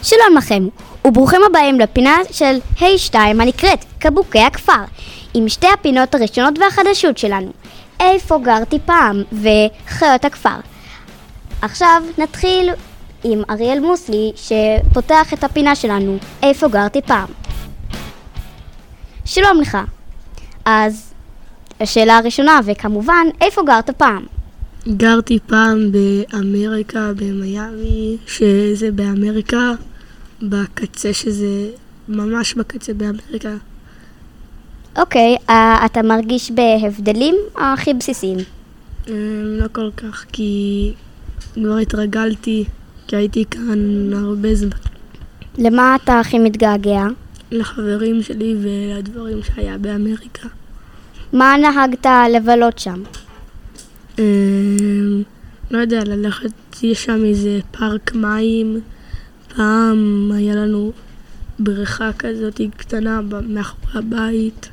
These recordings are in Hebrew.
שלום לכם, וברוכים הבאים לפינה של Hey2 הנקראת קבוקי הכפר, עם שתי הפינות הראשונות והחדשות שלנו, איפה גרתי פעם וחיות הכפר. עכשיו נתחיל עם אריאל מוסלי שפותח את הפינה שלנו, איפה גרתי פעם. שלום לך. אז השאלה הראשונה, וכמובן, איפה גרת פעם? גרתי פעם באמריקה, במיימי, שזה באמריקה, בקצה שזה ממש בקצה באמריקה. אוקיי, אתה מרגיש בהבדלים הכי בסיסיים? לא כל כך, כי כבר התרגלתי, כי הייתי כאן הרבה זמן. למה אתה הכי מתגעגע? לחברים שלי והדברים שהיה באמריקה. מה נהגת לבלות שם? לא יודע, ללכת, יש שם איזה פארק מים. פעם היה לנו בריכה כזאת קטנה מאחורי הבית,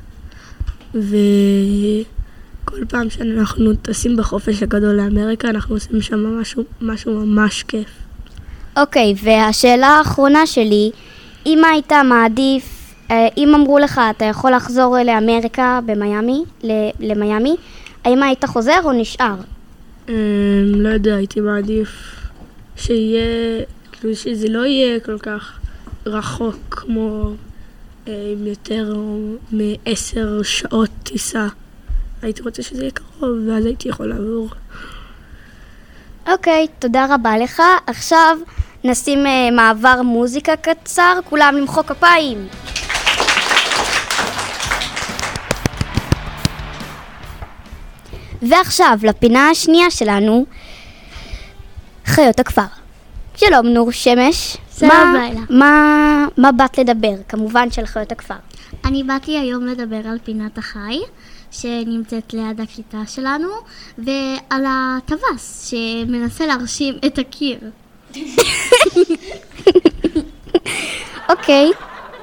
וכל פעם שאנחנו טסים בחופש הגדול לאמריקה, אנחנו עושים שם משהו ממש כיף. אוקיי, והשאלה האחרונה שלי, אם היית מעדיף, אם אמרו לך אתה יכול לחזור לאמריקה למיימי, האם היית חוזר או נשאר? לא יודע, הייתי מעדיף שזה לא יהיה כל כך רחוק כמו יותר מ10 שעות טיסה. הייתי רוצה שזה יהיה קרוב ואז הייתי יכול לעבור. אוקיי, תודה רבה לך. עכשיו נשים מעבר מוזיקה קצר, כולם למחוא כפיים. ועכשיו לפינה השנייה שלנו, חיות הכפר. שלום נור שמש. שלום לילה. מה באת לדבר? כמובן של חיות הכפר. אני באתי היום לדבר על פינת החי שנמצאת ליד הקליטה שלנו, ועל הטווס שמנסה להרשים את הקיר. אוקיי.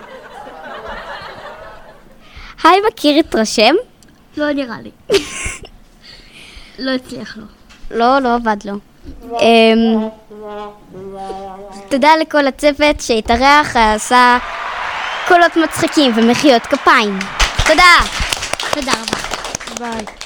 היי, מכיר התרשם? לא נראה לי. לא הצליח לו. לא עבד לו. תודה לכל הצוות שהתארח, עשה קולות מצחיקים ומחיאות כפיים. תודה. תודה רבה. ביי.